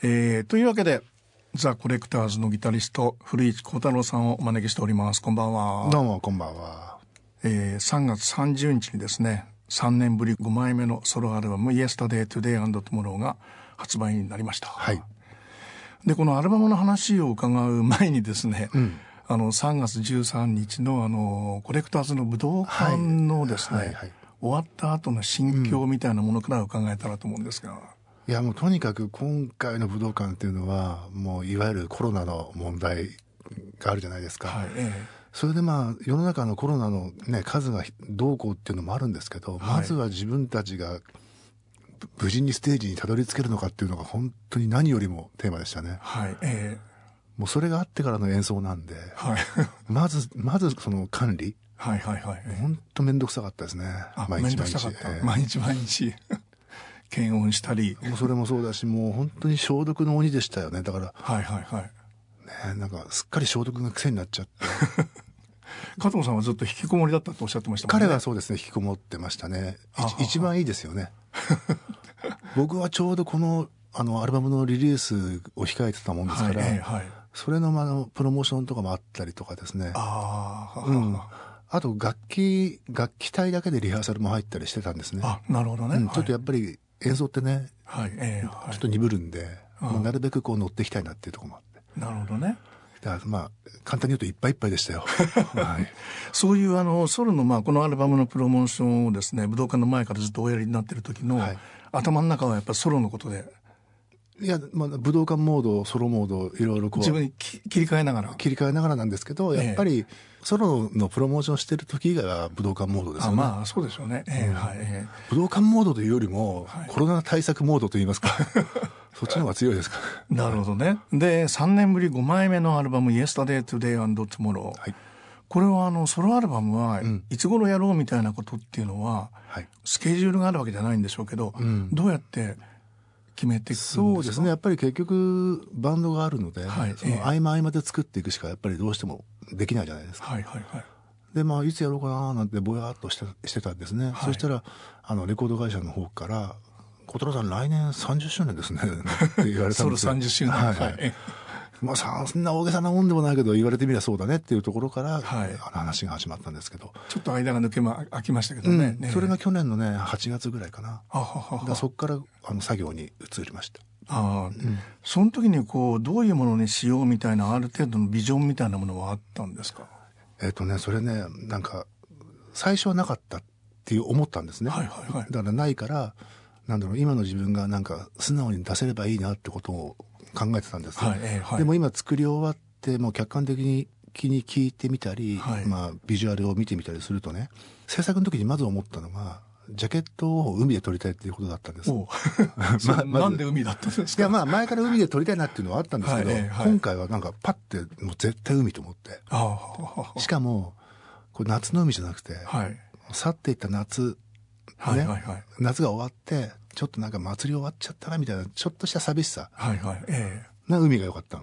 というわけでザ・コレクターズのギタリスト古市幸太郎さんをお招きしております。こんばんは。 どうもこんばんは。 3月30日にですね、3年ぶり5枚目のソロアルバム Yesterday, Today and Tomorrow が発売になりました。 はい。 でこのアルバムの話を伺う前にですね、3月13日のコレクターズの武道館のですね、終わった後の心境みたいなものから伺えたらと思うんですが、 いやもうとにかく今回の武道館っていうのはもういわゆるコロナの問題があるじゃないですか、はい。それで世の中のコロナの、数がどうこうっていうのもあるんですけど、まずは自分たちが無事にステージにたどり着けるのかっていうのが本当に何よりもテーマでしたね。はい。もうそれがあってからの演奏なんで、はい、まずその管理、本当面倒くさかったですね。 面倒くさかった。毎日検温したり、 もうそれもそうだし、もう本当に消毒の鬼でしたよね。だからなんかすっかり消毒が癖になっちゃって加藤さんはずっと引きこもりだったとおっしゃってましたもんね。 彼はそうですね、引きこもってましたね。一番いいですよね僕はちょうどこのアルバムのリリースを控えてたもんですから、それのプロモーションとかもあったりとかですね。あと楽器隊だけでリハーサルも入ったりしてたんですね。 なるほどね。 ちょっとやっぱり演奏ってね、ちょっと鈍るんで、なるべくこう乗っていきたいなっていうところもあって。 なるほどね。 だから簡単に言うといっぱいいっぱいでしたよ、 そういうソロのこのアルバムのプロモーションをですね、武道館の前からずっとおやりになってる時の、頭の中はやっぱりソロのことで、 いや武道館モードソロモードいろいろ自分に切り替えながらなんですけど、やっぱりソロのプロモーションしてる時以外は武道館モードですよね。 そうですよね。 武道館モードというよりも、コロナ対策モードといいますかそっちの方が強いですかなるほどね。で3年ぶり5枚目のアルバム Yesterday, Today and Tomorrow、これはソロアルバムはいつ頃やろうみたいなことっていうのは、スケジュールがあるわけじゃないんでしょうけど、どうやって決めていくんですか？ そうですね、やっぱり結局バンドがあるので、その合間合間で作っていくしかやっぱりどうしてもできないじゃないですか。でいつやろうかななんてぼやっとしてたんですね。そしたらレコード会社の方から「小太郎さん来年30周年ですね」って言われたんですよ。 そろ30周年。 そんな大げさなもんでもないけど言われてみりゃそうだねっていうところから、話が始まったんですけど、 ちょっと間が空きましたけどね、 それが去年のね8月ぐらいかな。そこから作業に移りました。 その時にどういうものにしようみたいなある程度のビジョンみたいなものはあったんですか？ それね、なんか最初はなかったって思ったんですね。だからないから、今の自分がなんか素直に出せればいいなってことを考えてたんです。でも今作り終わってもう客観的に聞いてみたり、ビジュアルを見てみたりするとね、制作の時にまず思ったのがジャケットを海で撮りたいっていうことだったんです。 なんで海だったんですか？ いや前から海で撮りたいなっていうのはあったんですけど、今回はなんかパッてもう絶対海と思って、しかもこれ夏の海じゃなくて、去っていった夏、夏が終わってちょっとなんか祭り終わっちゃったなみたいなちょっとした寂しさな海が良かった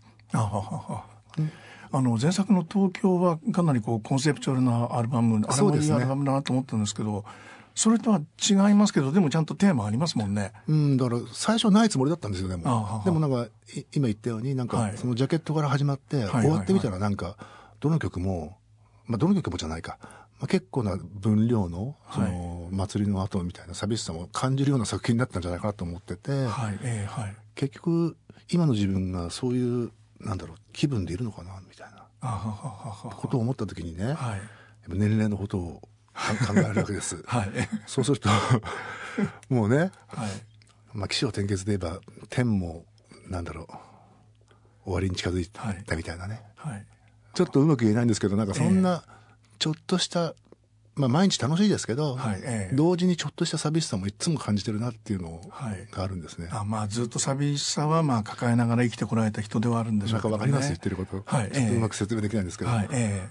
の。 前作の東京はかなりコンセプチュアルなアルバム、あれもいいアルバムだなと思ったんですけど、それとは違いますけど、でもちゃんとテーマありますもんね。 だから最初ないつもりだったんですよ。でもなんか今言ったようになんかそのジャケットから始まって終わってみたらなんかどの曲もじゃないか、結構な分量のその祭りの後みたいな寂しさも感じるような作品だったんじゃないかなと思ってて、結局今の自分がそういう気分でいるのかなみたいなことを思った時にね、年齢のことを考えるわけです。そうするともうね、起承転結で言えば天も終わりに近づいたみたいなね、ちょっとうまく言えないんですけど、なんかそんなちょっとした毎日楽しいですけど、同時にちょっとした寂しさもいつも感じてるなっていうのがあるんですね。 ずっと寂しさは抱えながら生きてこられた人ではあるんでしょうけどね。 なんかわかります、言ってること。ちょっとうまく説明できないんですけど。ア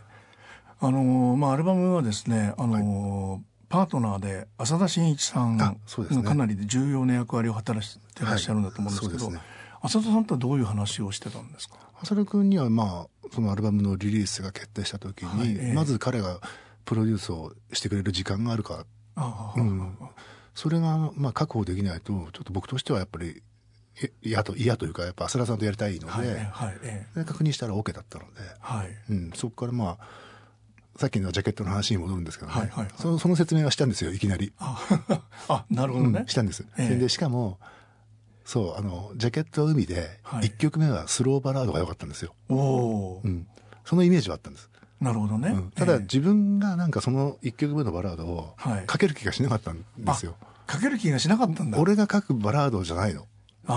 ルバムはですね、パートナーで浅田真一さんがかなり重要な役割を果たしてらっしゃるんだと思うんですけど、浅田さんとはどういう話をしてたんですか？ 浅田君にはそのアルバムのリリースが決定した時に、まず彼がプロデュースをしてくれる時間があるか、それが確保できないとちょっと僕としてはやっぱり嫌というかやっぱ浅田さんとやりたいので、で確認したら OK だったので、そこからまあさっきのジャケットの話に戻るんですけどね、その説明はしたんですよいきなり。 なるほどね。 したんです。でしかもそうジャケットは海で、1曲目はスローバラードが良かったんですよ。そのイメージはあったんです。 なるほどね。 ただ自分がなんかその1曲目のバラードを書ける気がしなかったんですよ。 書ける気がしなかったんだ。 俺が書くバラードじゃないの。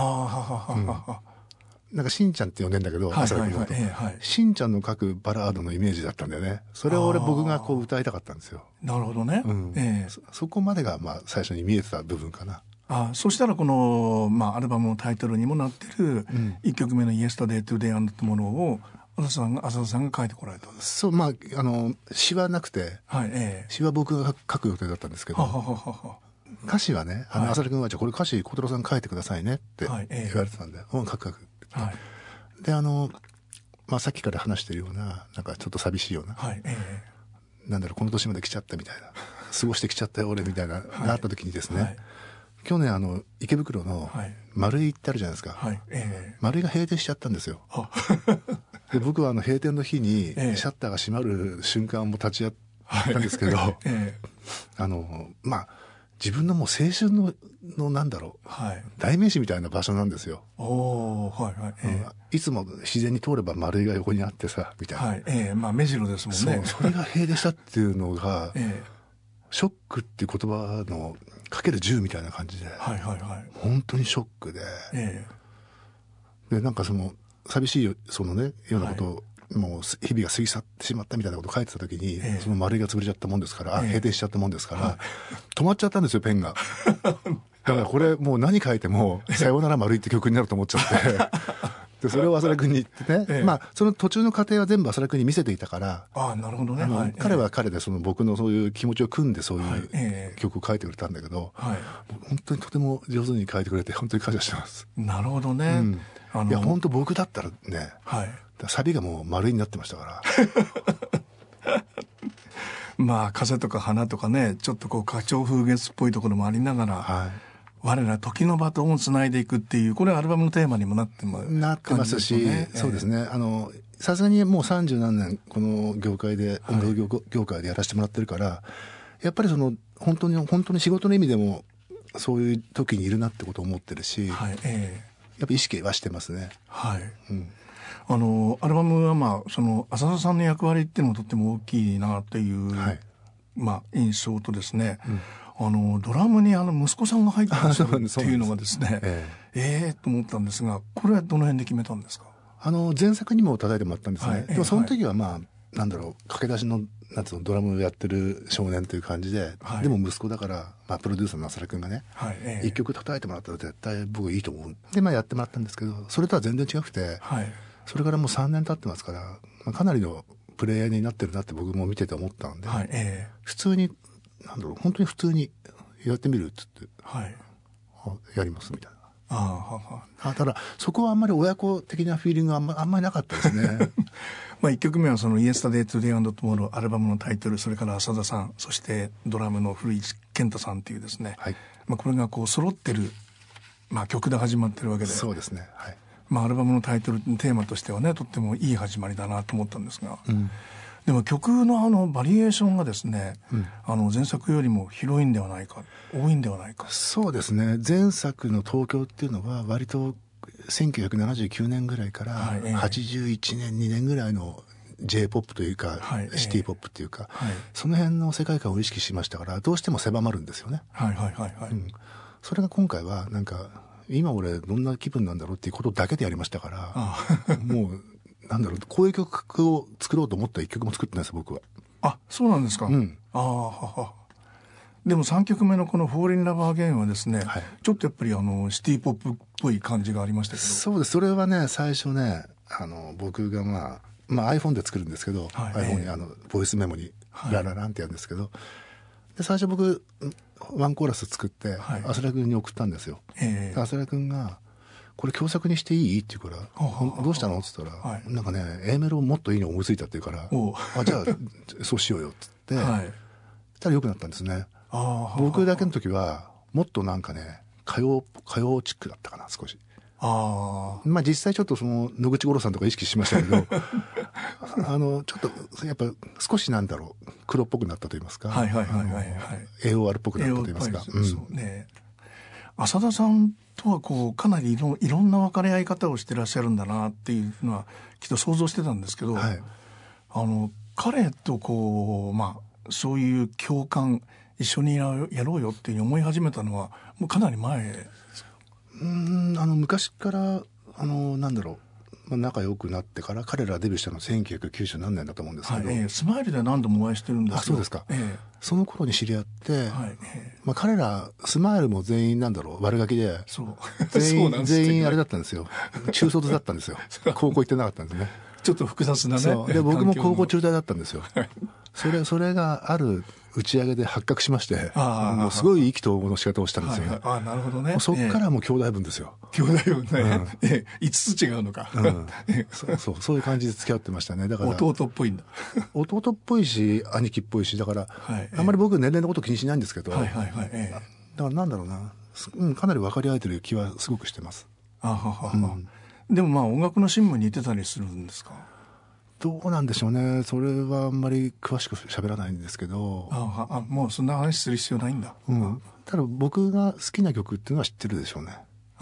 なんかしんちゃんって呼んでんだけど、浅田君のこと。しんちゃんの書くバラードのイメージだったんだよね。それを僕がこう歌いたかったんですよ。 なるほどね。 そこまでがまあ最初に見えてた部分かな。 そしたらこの、アルバムのタイトルにもなってる1曲目の Yesterday, Today and Tomorrow を浅田さんが書いてこられたんです。 そう、詩はなくて、詩は僕が書く予定だったんですけど、歌詞はね、浅田君はじゃあこれ歌詞小太郎さん書いてくださいねって言われてたんで、書く。で、さっきから話してるような、なんかちょっと寂しいような、なんだろう、この年まで来ちゃったみたいな、過ごしてきちゃったよ俺みたいな、があった時にですね、去年池袋の丸井ってあるじゃないですか。丸井が閉店しちゃったんですよ。で僕は閉店の日にシャッターが閉まる瞬間も立ち会ったんですけど、自分のもう青春のなんだろう、代名詞みたいな場所なんですよ。いつも自然に通れば丸井が横にあってさみたいな。 目白ですもんね。 それが閉店したっていうのが、ショックっていう言葉のかける10みたいな感じで、本当にショックで、でなんかその寂しいそのねようなことを、もう日々が過ぎ去ってしまったみたいなことを書いてた時に、その丸井が潰れちゃったもんですから、閉店しちゃったもんですから、止まっちゃったんですよペンが。だからこれもう何書いても「さようなら丸井」って曲になると思っちゃってでそれを浅田君に言ってね、その途中の過程は全部浅田君に見せていたから、 なるほどね、 彼は彼でその僕のそういう気持ちを組んでそういう曲を書いてくれたんだけど、本当にとても上手に書いてくれて本当に感謝してます。 なるほどね。 いや本当僕だったらね、サビがもう丸いになってましたから風とか花とかね、ちょっとこう花鳥風月っぽいところもありながら、我ら時のバトンをつないでいくっていう、これはアルバムのテーマにもなってますし、そうですね、さすがにもう30何年この業界で、音楽業界でやらせてもらってるから、やっぱりその本当に仕事の意味でもそういう時にいるなってことを思ってるし、やっぱ意識はしてますね。 アルバムはその浅田さんの役割っていうのもとっても大きいなっていう、印象とですね、ドラムに息子さんが入ってらっしゃるっていうのがですね、と思ったんですが、これはどの辺で決めたんですか？ 前作にも叩いてもらったんですね。でもその時はなんだろう、駆け出しのドラムをやってる少年という感じで、でも息子だから、プロデューサーの浅田君がね、一曲叩いてもらったら絶対僕いいと思う。でやってもらったんですけど、それとは全然違くて、それからもう3年経ってますから、かなりのプレイヤーになってるなって僕も見てて思ったんで、普通に本当に普通にやってみるっつって、やりますみたいな。ただそこはあんまり親子的なフィーリングがあんまりなかったですね。 1曲目はその Yesterday, Today and Tomorrow アルバムのタイトル、それから浅田さん、そしてドラムの古市健太さんっていうですね、これがこう揃ってる、曲で始まってるわけで、 そうですね、 アルバムのタイトルテーマとしてはね、とってもいい始まりだなと思ったんですが、でも曲のバリエーションがですね、前作よりも広いんではないか、多いんではないか。 そうですね、前作の東京っていうのは割と1979年ぐらいから81年2年ぐらいの J-POP というか、シティポップっていうか、その辺の世界観を意識しましたから、どうしても狭まるんですよね。それが今回はなんか今俺どんな気分なんだろうっていうことだけでやりましたから、もうなんだろう、こういう曲を作ろうと思ったら一曲も作ってないです僕は。 そうなんですか。でも3曲目のこの「Fall in Love Again」はですね、ちょっとやっぱりシティポップっぽい感じがありましたけど。 そうです。それはね、最初ね、僕がiPhone で作るんですけど、iPhone にボイスメモにララランってやるんですけど、で最初僕ワンコーラス作って浅田君に送ったんですよ。浅田君がこれ共作にしていいって言うから、どうしたのって言ったら、なんかね A メロもっといいの思いついたって言うから、じゃあそうしようよって言って、したら良くなったんですね。僕だけの時はもっとなんかね歌謡チックだったかな少し。 まあ実際ちょっとその野口五郎さんとか意識しましたけどちょっとやっぱ少しなんだろう黒っぽくなったと言いますか、AOR っぽくなったと言いますか、 そうね。浅田さんとはこうかなりいろんな分かり合い方をしてらっしゃるんだなっていうのはきっと想像してたんですけど、彼とこうまあそういう共感一緒にやろうよっていうふうに思い始めたのはもうかなり前。 昔からなんだろう、仲良くなってから彼らデビューしたのは1990何年だと思うんですけど、 スマイルで何度もお会いしてるんですよ。 そうですか、その頃に知り合って、彼らスマイルも全員なんだろう悪ガキで全員あれだったんですよ中卒だったんですよ高校行ってなかったんですね。 ちょっと複雑なね。 で僕も高校中退だったんですよそれがある打ち上げで発覚しまして、もうすごい意気投合の仕方をしたんですよね。 なるほどね。 そっからもう兄弟分ですよ。 兄弟分ね。5つ違うのか。 そういう感じで付き合ってましたね。だから弟っぽいんだ。 弟っぽいし兄貴っぽいし、だからあんまり僕年齢のこと気にしないんですけど、だからなんだろうな、かなり分かり合えてる気はすごくしてます。 でもまあ音楽の芯も似てたりするんですか？ どうなんでしょうね。それはあんまり詳しく喋らないんですけど。 もうそんな話する必要ないんだ。 ただ僕が好きな曲っていうのは知ってるでしょうね。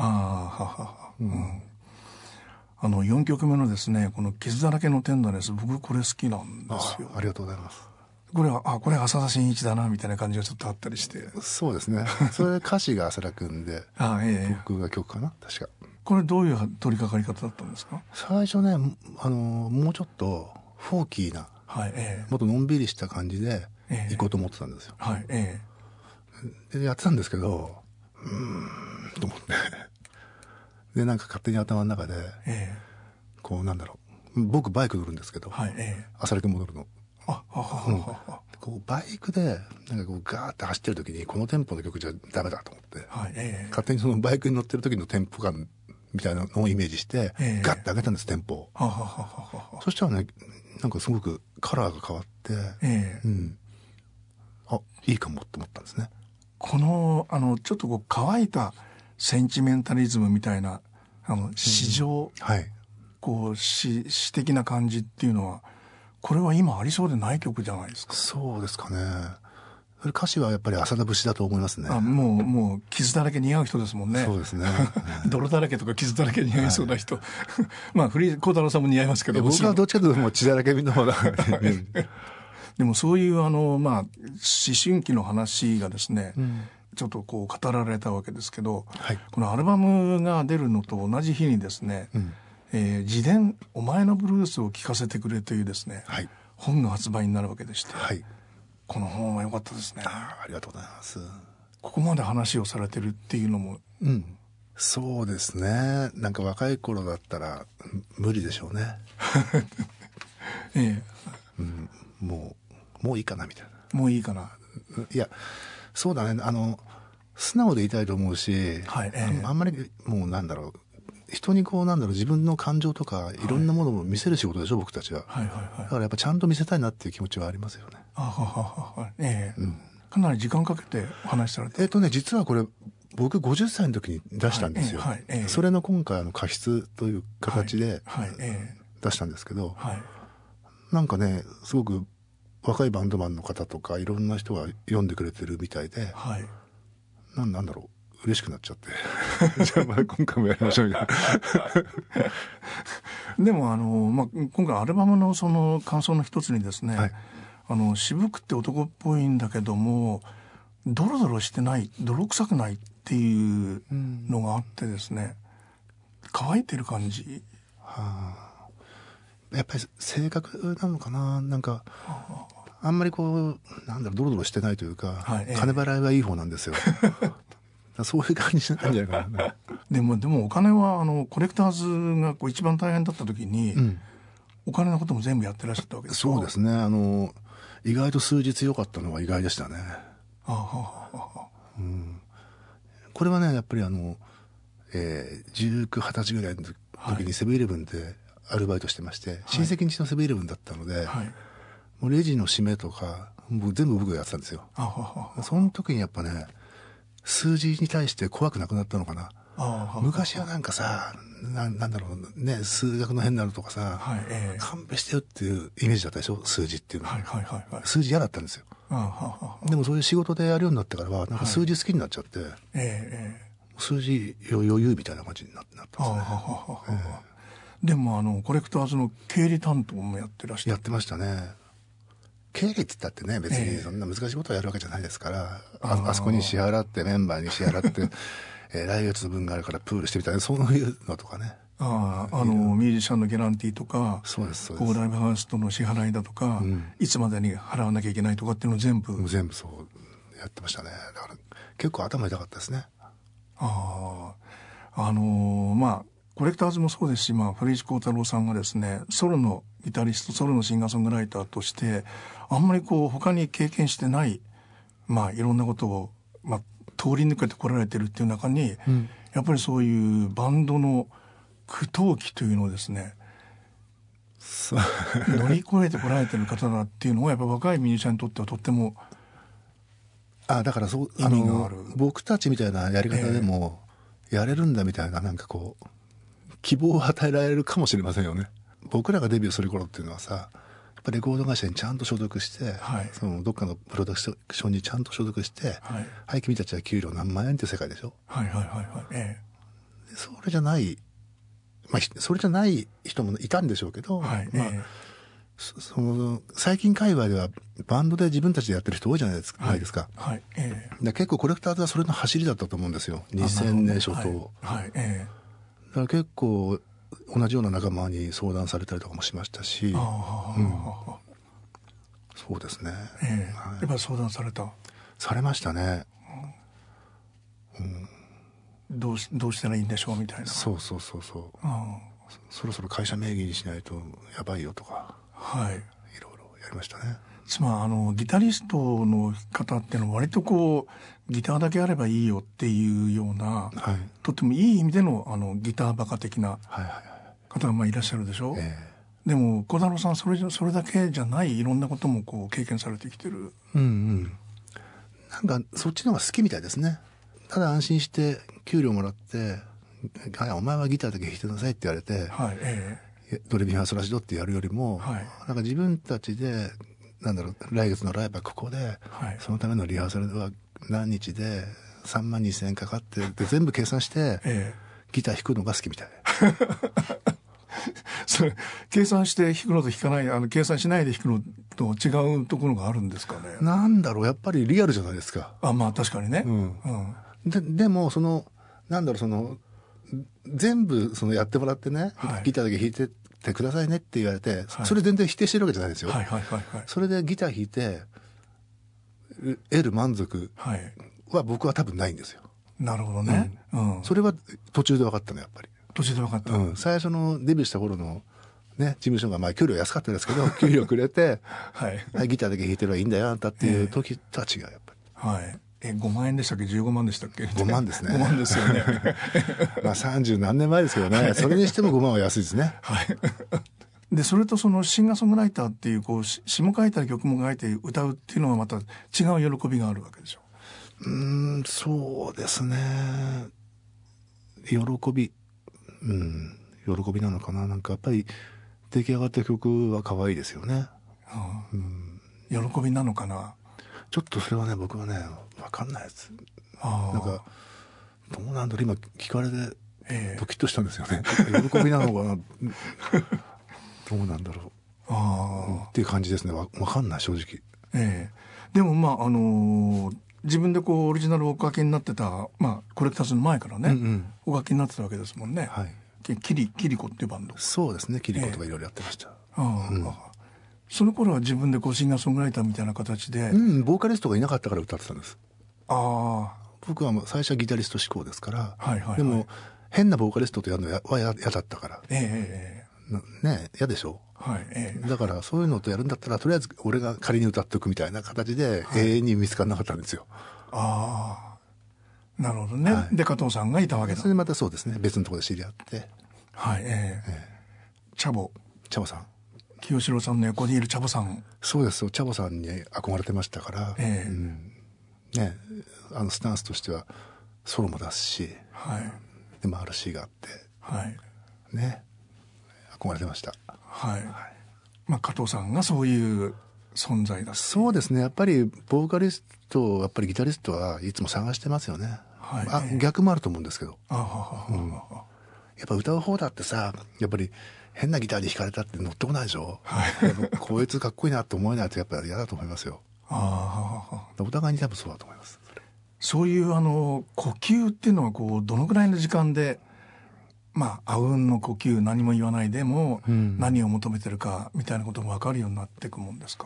4曲目のですね、この傷だらけのテンダーネス、僕これ好きなんですよ。 ありがとうございます。 これ浅田真一だなみたいな感じがちょっとあったりして。 そうですね。それ歌詞が浅田君で僕が曲かな確か。 これどういう取り掛かり方だったんですか？ 最初ね、もうちょっとフォーキーな、もっとのんびりした感じで行こうと思ってたんですよ。でやってたんですけど、と思ってでなんか勝手に頭の中で、こうなんだろう、僕バイク乗るんですけど、浅田君も乗るの。こうバイクでなんかこうガーって走ってる時にこのテンポの曲じゃダメだと思って、勝手にそのバイクに乗ってる時のテンポ感みたいなのをイメージして、ガッて上げたんです、テンポを。そしたらね、なんかすごくカラーが変わって、いいかもって思ったんですね。 この、ちょっとこう乾いたセンチメンタリズムみたいな、詩情、こう詩的な感じっていうのは、これは今ありそうでない曲じゃないですか。 そうですかね。歌詞はやっぱり浅田節だと思いますね。 もう傷だらけ似合う人ですもんね。 そうですね。 泥だらけとか傷だらけ似合いそうな人。まあ幸太郎さんも似合いますけど。 僕はどっちかというともう血だらけの方だ。 でもそういう思春期の話がですね、ちょっとこう語られたわけですけど、このアルバムが出るのと同じ日にですね、自伝お前のブルースを聞かせてくれというですね、本が発売になるわけでして。この本は良かったですね。 ありがとうございます。 ここまで話をされてるっていうのも、 そうですね。なんか若い頃だったら無理でしょうね。もういいかなみたいな。 もういいかな。 いや、そうだね。素直でいたいと思うし、あんまりもうなんだろう。人にこうなんだろう、自分の感情とかいろんなものを見せる仕事でしょ、僕たちは。だからやっぱちゃんと見せたいなっていう気持ちはありますよね。 かなり時間かけてお話しされて。 実はこれ僕50歳の時に出したんですよ。それの今回過失という形で出したんですけど、なんかね、すごく若いバンドマンの方とかいろんな人が読んでくれてるみたいで、なんだろう、嬉しくなっちゃってじゃあ今回もやりましょうみたいな。でも今回アルバムのその感想の一つにですね、渋くて男っぽいんだけどもドロドロしてない、泥臭くないっていうのがあってですね、乾いてる感じ。 やっぱり性格なのかな。なんかあんまりこうなんだろう、ドロドロしてないというか、金払いはいい方なんですよそういう感じなんじゃないかな。 でもお金はコレクターズがこう一番大変だった時に、お金のことも全部やってらっしゃったわけですか？ そうですね。意外と数日良かったのは意外でしたね。これはね、やっぱり19、20歳ぐらいの時にセブンイレブンでアルバイトしてまして、親戚ん家のセブンイレブンだったので、もうレジの締めとか全部僕がやってたんですよ。その時にやっぱね、数字に対して怖くなくなったのかな。 昔はなんかさ、なんだろうね、数学の変なのとかさ、勘弁してよっていうイメージだったでしょ、数字っていうのは。数字嫌だったんですよ。でもそういう仕事でやるようになってからは、なんか数字好きになっちゃって、数字余裕みたいな感じになったんですね。 でもコレクターズの経理担当もやってらっしゃる。 やってましたね。経理って言ったってね、別にそんな難しいことをやるわけじゃないですから、あそこに支払って、メンバーに支払って、来月の分があるからプールしてみたいな、そういうのとかね。 ミュージシャンのギャランティーとか、 そうです、 ライブハウスとの支払いだとか、いつまでに払わなきゃいけないとかっていうのを全部そうやってましたね。だから結構頭痛かったですね。 コレクターズもそうですし、古市幸太郎さんがですね、ソロのギタリスト、ソロのシンガーソングライターとして、あんまり他に経験してない、いろんなことを、通り抜けてこられてるっていう中に、やっぱりそういうバンドの苦闘期というのをですね、乗り越えてこられてる方だっていうのは、やっぱ若いミュージシャンにとってはとってもだからそう、意味がある。僕たちみたいなやり方でもやれるんだみたいな、なんか希望を与えられるかもしれませんよね。僕らがデビューする頃っていうのはさ、やっぱレコード会社にちゃんと所属して、そのどっかのプロダクションにちゃんと所属して、はい、君たちは給料何万円っていう世界でしょ。それじゃない、それじゃない人もいたんでしょうけど、その最近界隈ではバンドで自分たちでやってる人多いじゃないですか。結構コレクターズはそれの走りだったと思うんですよ。2000年初頭。だから結構同じような仲間に相談されたりとかもしましたし、そうですね。 やっぱり相談されましたね。 どうしたらいいんでしょうみたいな。 そう。そろそろ会社名義にしないとやばいよとか、いろいろやりましたね。 ギタリストの方っていうのは割とギターだけあればいいよっていうような、とってもいい意味でのギターバカ的な方がいらっしゃるでしょ。でも小太郎さんそれだけじゃないいろんなことも経験されてきてる。 なんかそっちの方が好きみたいですね。ただ安心して給料もらって、お前はギターだけ弾いてくださいって言われて、ドレミファソラシドってやるよりも、なんか自分たちで来月のライブはここで、そのためのリハーサルは何日で3万2000円かかってで全部計算して、ギター弾くのが好きみたい。 それ計算して弾くのと弾かない計算しないで弾くのと違うところがあるんですかね。 やっぱりリアルじゃないですか。 確かにね。 でも全部やってもらってね、ギターだけ弾いてってくださいねって言われて、それ全然否定してるわけじゃないですよ。それでギター弾いて得る満足は僕は多分ないんですよ。 なるほどね。 それは途中で分かったの、やっぱり。 途中で分かった。 最初のデビューした頃のね、事務所が給料安かったですけど、給料くれて、ギターだけ弾いてればいいんだよあんたっていう時とは違う、やっぱり。 5万円でしたっけ15万でしたっけ。 5万ですね。 5万ですよね。 30何年前ですけどね、それにしても5万は安いですね。 でそれとシンガーソングライターっていう詞も書いたり曲も書いて歌うっていうのはまた違う喜びがあるわけでしょ。 そうですね。喜びなのかな。なんかやっぱり出来上がった曲は可愛いですよね。 喜びなのかな。 ちょっとそれはね、僕はね分かんないです。なんかどうなんだろう、今聞かれてドキッとしたんですよね。喜びなのかな。どうなんだろうっていう感じですね。分かんない、正直。 でも自分でオリジナルをお書きになってた、コレクターズの前からね、お書きになってたわけですもんね。キリコっていうバンド。 そうですね、キリコとかいろいろやってました。 その頃は自分でシンガーソングライターみたいな形で、 ボーカリストがいなかったから歌ってたんです。僕は最初はギタリスト志向ですから、でも変なボーカリストとやるのは嫌だったから、嫌でしょ。だからそういうのとやるんだったら、とりあえず俺が仮に歌っておくみたいな形で永遠に見つからなかったんですよ。 なるほどね。で加藤さんがいたわけだ。 それでまたそうですね、別のところで知り合って、 チャボさん、 清志郎さんの横にいるチャボさん。 そうです、チャボさんに憧れてましたから、スタンスとしてはソロも出すし、 で RC があって、 はい、 ね、憧れてました。 はい、まあ、加藤さんがそういう存在だ。 そうですね。やっぱりボーカリスト、やっぱりギタリストはいつも探してますよね。はい、逆もあると思うんですけど。やっぱ歌う方だってさ、やっぱり変なギターに弾かれたって乗ってこないでしょ。はい、こいつかっこいいなって思えないとやっぱり嫌だと思いますよ。お互いに多分そうだと思います。 そういう呼吸っていうのはどのくらいの時間で、まあ、あうんの呼吸、何も言わないでも、何を求めてるかみたいなことも分かるようになっていくもんですか？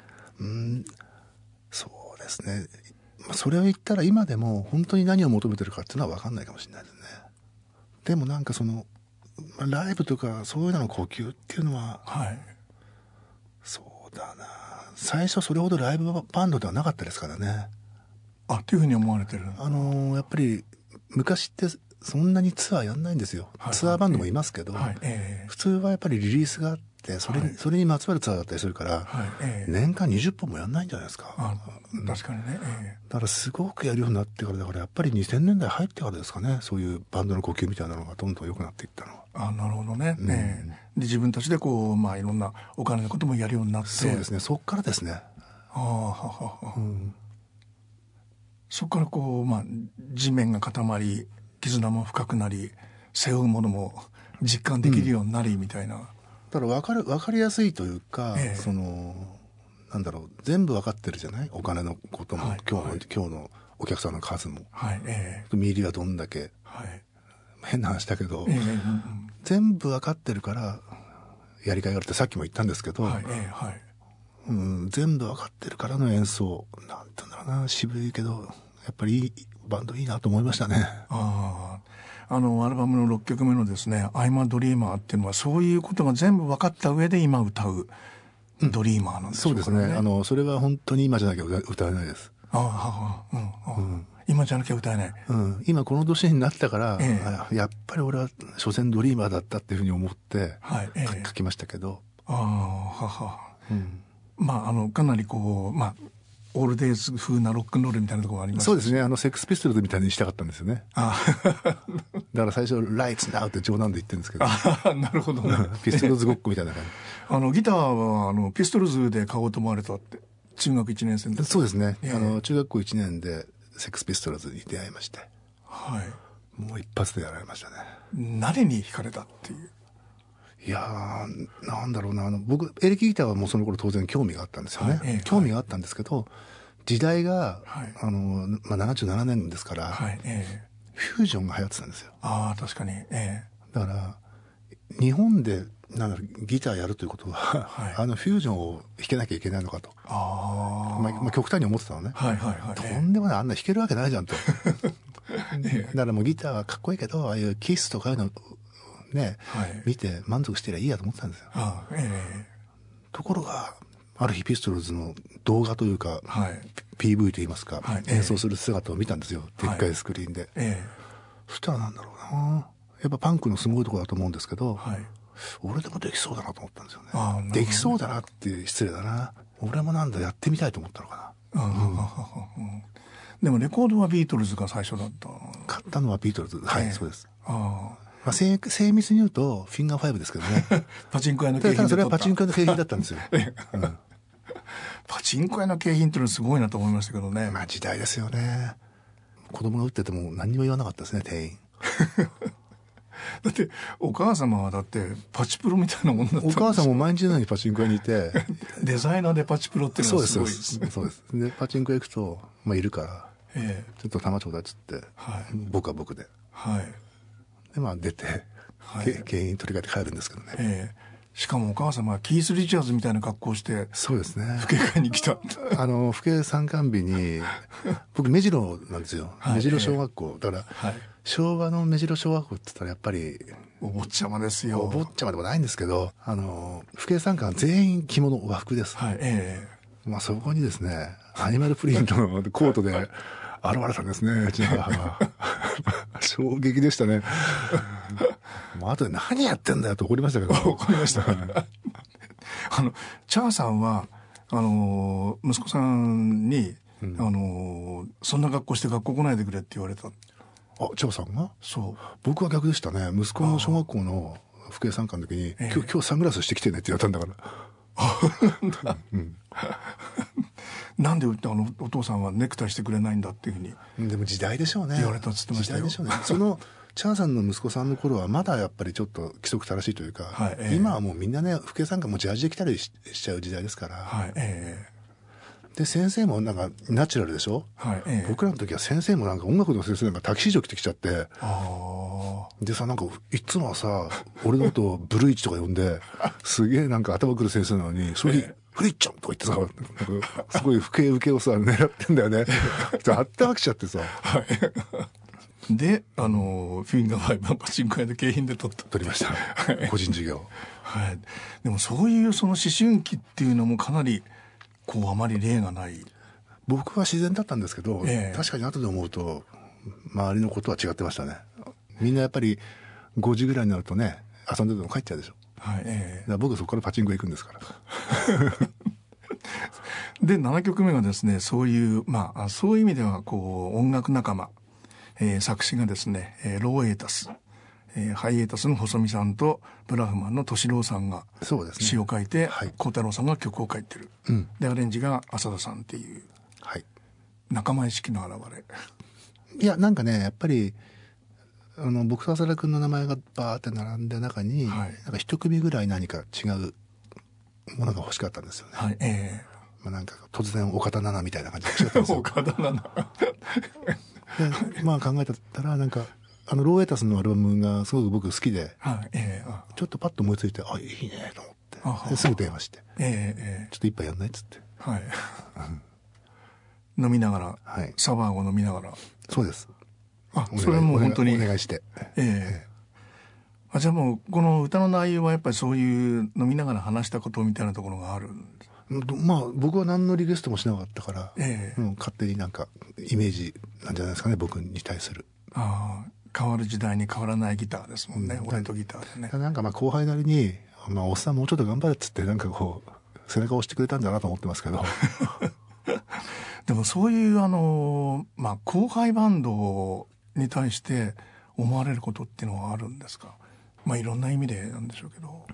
そうですね。それを言ったら今でも本当に何を求めてるかっていうのは分かんないかもしれないですね。でもなんかライブとかそういうのの呼吸っていうのは、はい、そうだな。最初それほどライブバンドではなかったですからね。 っていうふうに思われてる。 やっぱり昔ってそんなにツアーやんないんですよ。はい、ツアーバンドもいますけど、普通はやっぱりリリースがあってそれにまつわるツアーだったりするから、年間20本もやんないんじゃないですか。 確かにね。 だからすごくやるようになってからだからやっぱり2000年代入ってからですかね。そういうバンドの呼吸みたいなのがどんどん良くなっていったのは。 なるほどね。で自分たちでまあいろんなお金のこともやるようになって。 そうですね。そっからですね。 そこからまあ地面が固まり、絆も深くなり、背負うものも実感できるようになりみたいな。 だから分かりやすいというか、なんだろう、全部分かってるじゃない？お金のことも、今日のお客さんの数も、見入りはどんだけ、変な話だけど、全部分かってるからやりがいがあるってさっきも言ったんですけど、全部分かってるからの演奏、なんて言うんだろうな、渋いけどやっぱりバンドいいなと思いましたね。 アルバムの6曲目のですね、I'm a Dreamer っていうのはそういうことが全部分かった上で今歌うドリーマーなんでしょうかね。 そうですね。それは本当に今じゃなきゃ歌えないです。 今じゃなきゃ歌えない。 今この年になったから、やっぱり俺は所詮ドリーマーだったっていうふうに思って、書きましたけど。 まあかなりまあオールデイズ風なロックンロールみたいなところがあります。 そうですね。セックスピストルズみたいにしたかったんですよね。だから最初「ライツナウ」って冗談で言ってるんですけど。 なるほどね。 ピストルズごっこみたいな感じ。ギターはピストルズで買おうと思われたって。中学1年生で。 そうですね。中学校1年でセックスピストルズに出会いまして。もう一発でやられましたね。 何に惹かれたっていう。 いやー、なんだろうな。僕エレキギターはもうその頃当然興味があったんですよね。興味があったんですけど、時代が、77年ですから、フュージョンが流行ってたんですよ。 確かに。 だから日本でギターやるということは、フュージョンを弾けなきゃいけないのかと。極端に思ってたのね。とんでもない、あんな弾けるわけないじゃんと。だからもうギターはかっこいいけど、ああいうキスとかいうのね、見て満足してりゃいいやと思ってたんですよ。ところがある日ピストルズの動画というか、PV といいますか、演奏する姿を見たんですよ。でっかいスクリーンで。そしたらなんだろうな、やっぱパンクのすごいところだと思うんですけど、俺でもできそうだなと思ったんですよね。できそうだなって失礼だな。俺もなんだやってみたいと思ったのかな。 でもレコードはビートルズが最初だった。 買ったのはビートルズ。そうです。精密に言うとフィンガー5ですけどね。 パチンコ屋の景品。 それはパチンコ屋の景品だったんですよ。 パチンコ屋の景品っていうのはすごいなと思いましたけどね。 時代ですよね。子供が打ってても何にも言わなかったですね、店員。 だってお母様はだってパチプロみたいなもんだったんですよ。 お母さんも毎日のようにパチンコ屋にいてデザイナーでパチプロっていうのはすごいですね。 そうです。でパチンコ屋行くといるから、ちょっと玉ちょうだいっつって、僕は僕で、で出て、景品取り替えて帰るんですけどね。 しかもお母様はキース・リチャーズみたいな格好をして、 そうですね。 父兄会に来た。 父兄参観日に僕目白なんですよ。目白小学校だから、昭和の目白小学校って言ったらやっぱりお坊ちゃまですよ。 お坊ちゃまでもないんですけど、父兄参観全員着物和服です。そこにですね、アニマルプリントのコートで現れたんですね、うちの母が。衝撃でしたね。後で何やってんだよと怒りましたけど。 怒りました。チャーさんは息子さんに、そんな格好して学校来ないでくれって言われた。 千葉さんが？ そう。 僕は逆でしたね。息子の小学校の父兄参観の時に、今日サングラスしてきてねって言われたんだから。 なんでお父さんはネクタイしてくれないんだっていうふうに。 でも時代でしょうね。 言われたっつってましたよ。 時代でしょうね。そのチャーさんの息子さんの頃はまだやっぱりちょっと規則正しいというか、今はもうみんなね、父兄参観もジャージで来たり しちゃう時代ですから。で先生もなんかナチュラルでしょ、僕らの時は先生もなんか音楽の先生なんかタキシード着てきちゃって、でさ、なんかいつもはさ、俺のことをブルーイチとか呼んですげえなんか頭くる先生なのに、それにフリッチョンとか言ってさ、なんかすごい不敬受けをさ狙ってんだよね。あったまきちゃってさ。 でフィンガー5パチンコ屋で景品で取りました。個人事業。 でもそういうその思春期っていうのもかなりあまり例がない。 僕は自然だったんですけど、確かに後で思うと周りのことは違ってましたね。みんなやっぱり5時ぐらいになるとね、遊んでても帰っちゃうでしょ。だから僕はそこからパチンコ行くんですから。 で7曲目がですね、そういうそういう意味では音楽仲間、作詞がですね、ローエータス、ハイエータスの細見さんとブラフマンの敏郎さんが詩を書いて、幸太郎さんが曲を書いてる、でアレンジが浅田さんっていう、仲間意識の表れ。 いや、なんかね、やっぱり僕と浅田君の名前がバーって並んだ中に、なんか一組ぐらい何か違うものが欲しかったんですよね。なんか突然岡田奈々みたいな感じで欲しかったんですよ。 岡田奈々 で考えたらなんかローエータスのアルバムがすごく僕好きで、ちょっとパッと思いついて、いいねと思って、ですぐ電話して、ちょっと一杯やんないっつって、 飲みながら、サワーを飲みながら。 そうです。 それはもう本当にお願いして、 じゃあもうこの歌の内容はやっぱりそういう飲みながら話したことみたいなところがあるんです。 僕は何のリクエストもしなかったから、勝手になんかイメージなんじゃないですかね、僕に対する。 変わる時代に変わらないギターですもんね、俺とギターでね。 なんか後輩なりに、おっさんもうちょっと頑張れっつってなんか背中を押してくれたんだなと思ってますけど。 でもそういう後輩バンドに対して思われることっていうのはあるんですか？いろんな意味でなんでしょうけど。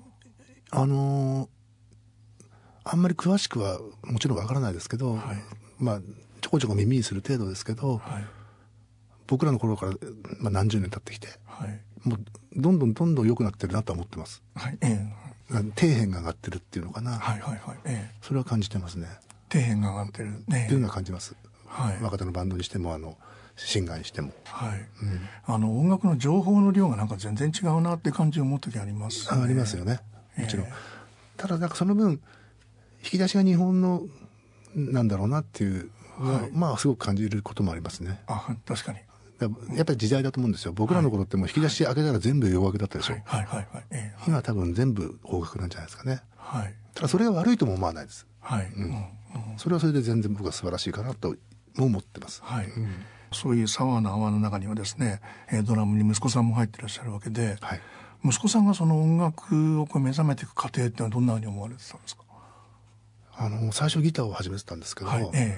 あんまり詳しくはもちろんわからないですけど、ちょこちょこ耳にする程度ですけど、僕らの頃から何十年経ってきて、もうどんどん良くなってるなとは思ってます。底辺が上がってるっていうのかな。それは感じてますね。 底辺が上がってるっていうのは感じます。若手のバンドにしてもシンガーにしても、 音楽の情報の量がなんか全然違うなって感じを持つ時ありますね。 ありますよね、もちろん。ただなんかその分引き出しが日本のなんだろうなっていうのは、すごく感じることもありますね。 確かに。 やっぱり時代だと思うんですよ。僕らの頃ってもう引き出し開けたら全部洋楽だったでしょ。今は多分全部邦楽なんじゃないですかね。ただそれが悪いとも思わないです。それはそれで全然僕は素晴らしいかなとも思ってます。 そういうサワーな泡の中にはですね、ドラムに息子さんも入ってらっしゃるわけで、息子さんがその音楽を目覚めていく過程ってのはどんなふうに思われてたんですか？ 最初ギターを始めてたんですけど、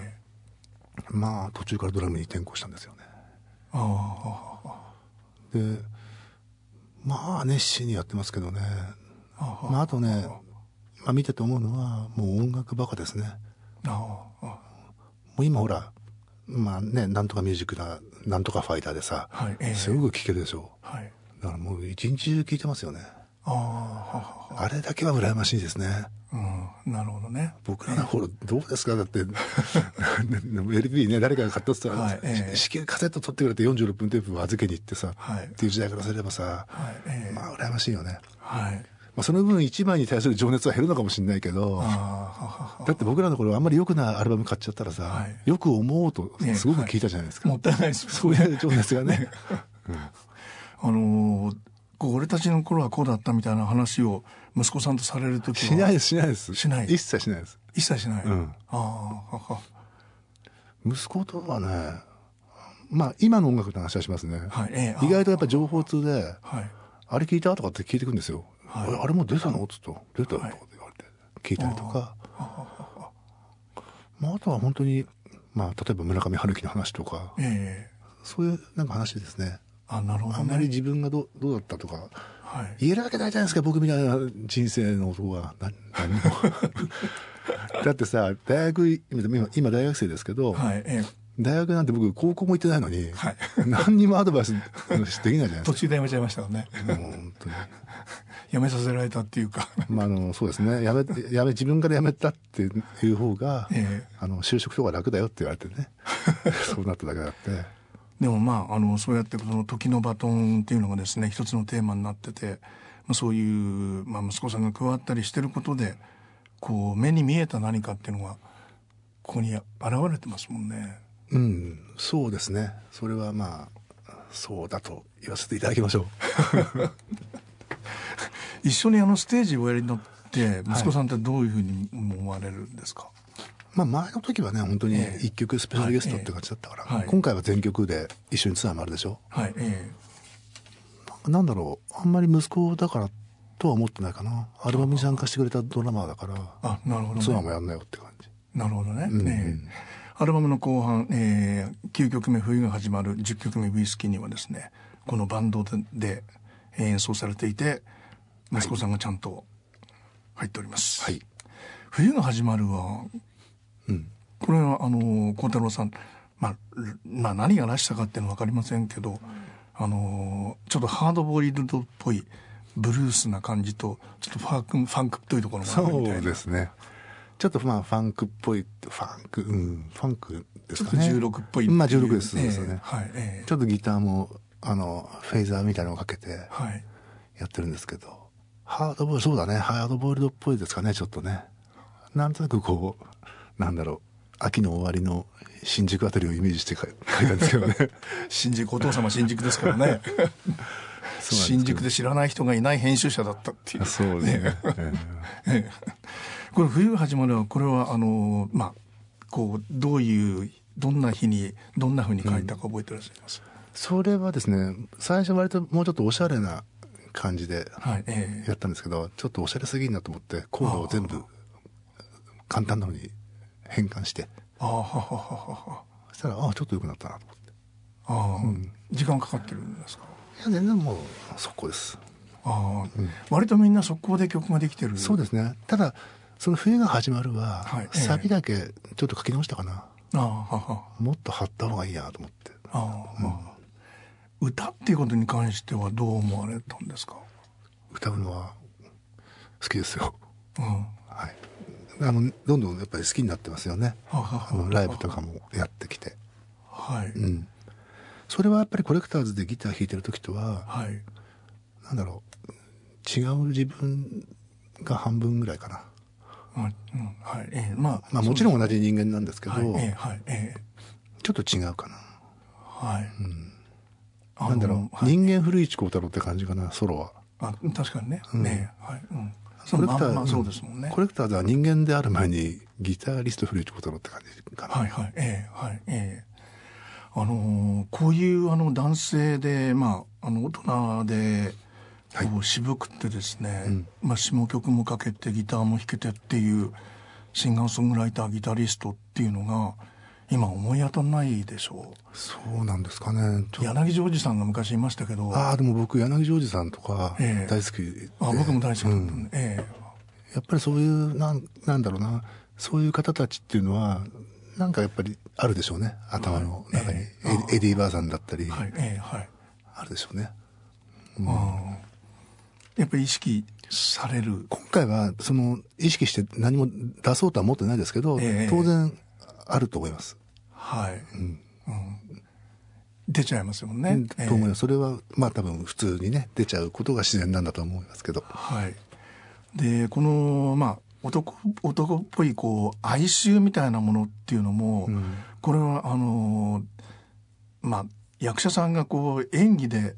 途中からドラムに転向したんですよね。で熱心にやってますけどね。あとね、見てて思うのはもう音楽バカですね。もう今ほらなんとかミュージックだなんとかファイターでさ、すごく聴けるでしょ。だからもう一日中聴いてますよね。あれだけは羨ましいですね。 なるほどね。 僕らの頃どうですか？だってLP ね、誰かが買ったって言ったら、至急カセット取ってくれて46分テープを預けに行ってさ、っていう時代からすればさ、羨ましいよね。その分1枚に対する情熱は減るのかもしれないけど、だって僕らの頃あんまり良くないアルバム買っちゃったらさ、よく思うとすごく聞いたじゃないですか。 もったいないです。 そういう情熱がね。 俺たちの頃はこうだったみたいな話を息子さんとされるときは。 しないです。 しない。 一切しないです。 一切しない。 息子とはね、今の音楽の話はしますね。意外とやっぱ情報通で、あれ聞いたとかって聞いてくるんですよ。あれもう出たのつと出たとかって言われて聞いたりとか、あとは本当に例えば村上春樹の話とか、 そういうなんか話ですね。 なるほどね。 あんまり自分がどうだったとか、言えるわけないじゃないですか、僕みたいな人生の男が何もだってさ、大学今大学生ですけど、大学なんて僕高校も行ってないのに、何にもアドバイスできないじゃないですか。 途中でやめちゃいましたよね。 もう本当にやめさせられたっていうかそうですね、自分からやめたっていう方が、就職とか楽だよって言われてねそうなっただけだって。 でもそうやってその時のバトンっていうのがですね、一つのテーマになってて、そういう、息子さんが加わったりしてることでこう目に見えた何かっていうのがここに現れてますもんね。 そうですね。それはそうだと言わせていただきましょう一緒にステージをおやりになって息子さんってどういうふうに思われるんですか？ 前の時はね、本当に一曲スペシャルゲストって感じだったから、今回は全曲で一緒にツアーもあるでしょ。なんだろう、あんまり息子だからとは思ってないかな。アルバムに参加してくれたドラマーだから、 なるほどね、 ツアーもやんなよって感じ。 なるほどね。アルバムの後半、9曲目冬が始まる、10曲目ウイスキーにはですね、このバンドで演奏されていて、息子さんがちゃんと入っております。冬が始まるは、これは孝太郎さん、何がらしさかっていうのは分かりませんけど、ちょっとハードボイルドっぽいブルースな感じと、ちょっとファンクっぽいところがあるみたいな。 そうですね。ちょっとファンクっぽい、ファンクですかね。 ちょっと16っぽい。 16ですよね。ちょっとギターもフェイザーみたいなのをかけてやってるんですけど、そうだね、ハードボイルドっぽいですかね、ちょっとね。なんとなくなんだろう、秋の終わりの新宿あたりをイメージして書いたんですけどね新宿、お父様新宿ですからね新宿で知らない人がいない編集者だったっていう。 そうですねこれ冬が始まるは、これはどんな日にどんな風に書いたか覚えてらっしゃいます？ それはですね、最初割ともうちょっとおしゃれな感じでやったんですけど、ちょっとおしゃれすぎんなと思ってコードを全部簡単なのに変換して、そしたらちょっと良くなったなと思って。 時間かかってるんですか？ いや、全然もう速攻です。 割とみんな速攻で曲ができてる。 そうですね。ただその冬が始まるは、サビだけちょっと書き直したかな。もっと張った方がいいやと思って。 歌っていうことに関してはどう思われたんですか？ 歌うのは好きですよ。どんどんやっぱり好きになってますよね。ライブとかもやってきて。それはやっぱりコレクターズでギター弾いてる時とは、なんだろう、違う自分が半分ぐらいかな。もちろん同じ人間なんですけど、ちょっと違うかな。なんだろう、人間古市幸太郎って感じかな、ソロは。 確かにね。コレクター、そうですもんね。 コレクターズは人間である前にギタリスト古市幸太郎って感じかな。 こういう男性で大人で渋くってですね、下曲もかけてギターも弾けてっていうシンガーソングライターギタリストっていうのが今思い当たらないでしょう。 そうなんですかね。 柳ジョージさんが昔いましたけど。 でも僕柳ジョージさんとか大好きで、 僕も大好きだった、 やっぱりそういうなんだろうな、そういう方たちっていうのはなんかやっぱりあるでしょうね、頭の中に。エディ・バーさんだったり、あるでしょうね。 やっぱり意識される。 今回は意識して何も出そうとは思ってないですけど、当然あると思います。 出ちゃいますよね。 と思います。それは多分普通にね出ちゃうことが自然なんだと思いますけど。 でこの男っぽい哀愁みたいなものっていうのも、これは役者さんが演技で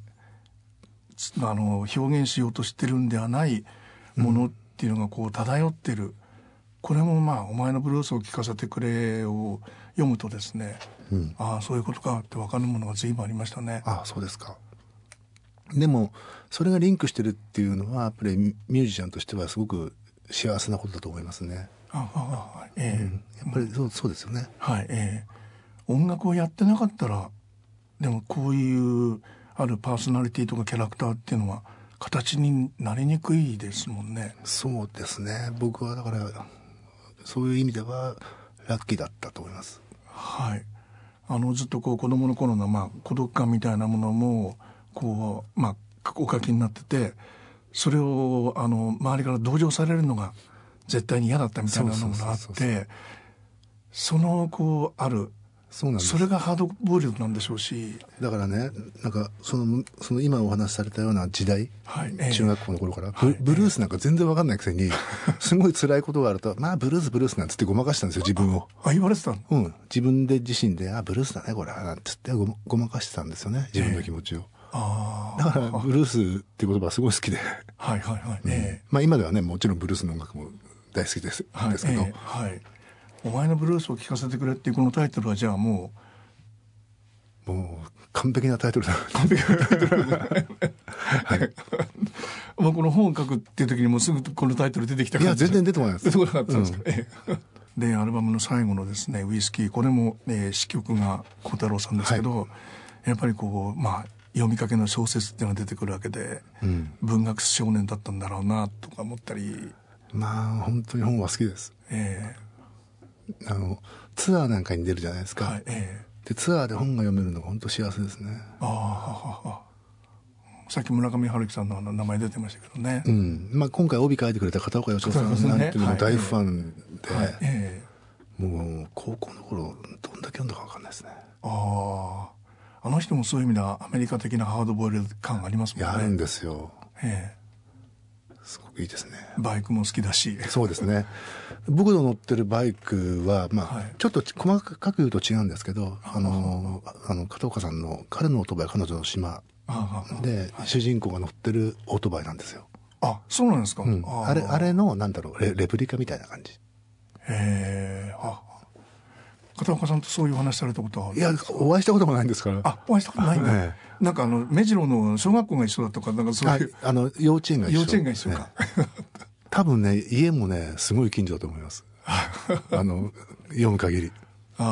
表現しようとしてるんではないものっていうのが漂ってる。これもお前のブルースを聴かせてくれを読むとですね、そういうことかって分かるものが随分ありましたね。 そうですか。でもそれがリンクしてるっていうのはやっぱりミュージシャンとしてはすごく幸せなことだと思いますね。やっぱりそうですよね。 音楽をやってなかったらでもこういうあるパーソナリティとかキャラクターっていうのは形になりにくいですもんね。 そうですね。僕はだからそういう意味ではラッキーだったと思います。 はい。ずっとこう子供の頃の孤独感みたいなものもこうお書きになってて、それを周りから同情されるのが絶対に嫌だったみたいなのがあって、そのこうある。そうなんです。それがハードボイルドなんでしょうし、 だからね、なんかその今お話しされたような時代、はい、中学校の頃から、ブルースなんか全然わかんないくせにすごい辛いことがあるとブルースなんつってごまかしたんですよ、自分を。 言われてたの？ 自分で自身でブルースだねこれなんつってごまかしてたんですよね、自分の気持ちを。だからブルースっていう言葉はすごい好きで、はいはいはい。今ではね、もちろんブルースの音楽も大好きですけど、 はい。お前のブルースを聴かせてくれっていうこのタイトルはじゃあもう完璧なタイトルだ。完璧なタイトルだ。はい。 この本を書くっていう時にもうすぐこのタイトル出てきた感じ。 いや全然出てこないです。 出てこなかったんですか。でアルバムの最後のですね、ウイスキー、これも、詞曲が小太郎さんですけど、やっぱりこう読みかけの小説っていうのが出てくるわけで、文学少年だったんだろうなとか思ったり。 本当に本は好きです。ツアーなんかに出るじゃないですか。はい、でツアーで本が読めるのが本当幸せですね。 さっき村上春樹さんの名前出てましたけどね。 今回帯書いてくれた片岡義夫さんなんていうのも大ファンで、もう高校の頃どんだけ読んだか分かんないですね。あの人もそういう意味ではアメリカ的なハードボイルド感ありますもんね。 あるんですよ。すごくいいですね。 バイクも好きだし。 そうですね。僕の乗ってるバイクは、ちょっと細かく言うと違うんですけど、片岡さんの彼のオートバイ、彼女の島で主人公が乗ってるオートバイなんですよ。 そうなんですか。 あれのレプリカみたいな感じ。 片岡さんとそういう話されたことはあるんですか？ いや、お会いしたこともないんですから。 お会いしたことないんだ。なんか目白の小学校が一緒だとか、なんかそういう。 幼稚園が一緒。 幼稚園が一緒か。 多分ね、家もね、すごい近所だと思います。読む限り。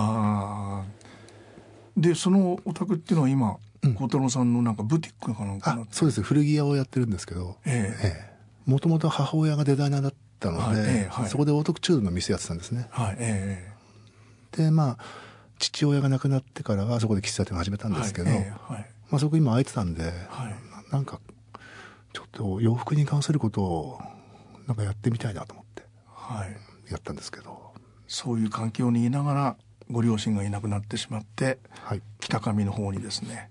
で、そのお宅っていうのは今、小太郎さんのなんかブティックかなんかな。 そうです。古着屋をやってるんですけど、もともと母親がデザイナーだったので、そこでオートクチュールの店やってたんですね。で、父親が亡くなってからはそこで喫茶店を始めたんですけど、そこ今空いてたんで、なんかちょっと洋服に関することをなんかやってみたいなと思ってやったんですけど、 そういう環境にいながらご両親がいなくなってしまって、北上の方にですね、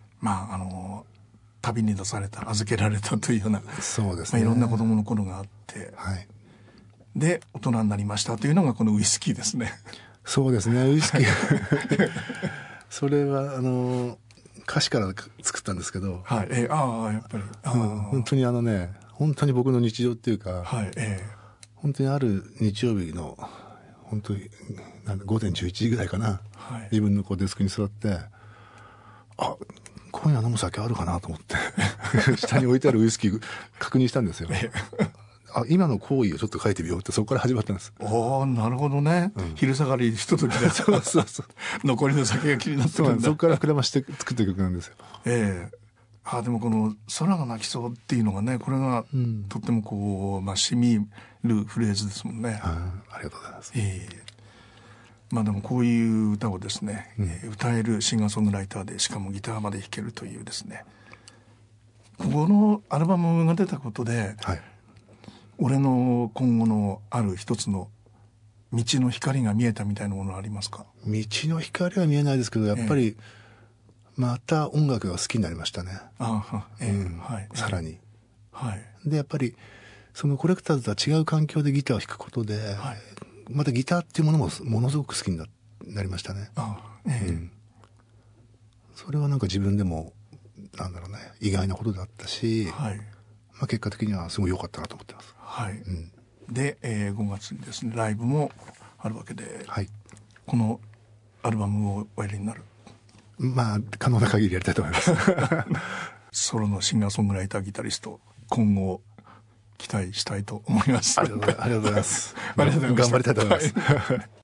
旅に出された、預けられたというような、 そうですね、 いろんな子供の頃があって、で大人になりましたというのがこのウイスキーですね。 そうですね、ウイスキーそれは歌詞から作ったんですけど、 やっぱり本当に本当に僕の日常っていうか、本当にある日曜日の本当に午前11時ぐらいかな、自分のデスクに座って、今夜飲む酒あるかなと思って下に置いてあるウイスキー確認したんですよ。今の行為をちょっと書いてみようって、そこから始まったんです。 なるほどね。昼下がりひとときでそう残りの酒が気になってるんだ。 そこから膨らまして作った曲なんですよ。 でもこの空が泣きそうっていうのがね、これがとってもこう染みるフレーズですもんね。 ありがとうございます。 でもこういう歌をですね、歌えるシンガーソングライターで、しかもギターまで弾けるというですね、このアルバムが出たことで、俺の今後のある一つの道の光が見えたみたいなものはありますか？ 道の光は見えないですけど、やっぱりまた音楽が好きになりましたね。さらに。でやっぱりそのコレクターズとは違う環境でギターを弾くことで、またギターっていうものもものすごく好きになりましたね。それはなんか自分でも意外なことだったし、結果的にはすごい良かったなと思ってます。 で、5月にですねライブもあるわけで、このアルバムをおやりになる。 可能な限りやりたいと思いますソロのシンガーソングライターギタリスト、今後期待したいと思います。 ありがとうございます頑張りたいと思います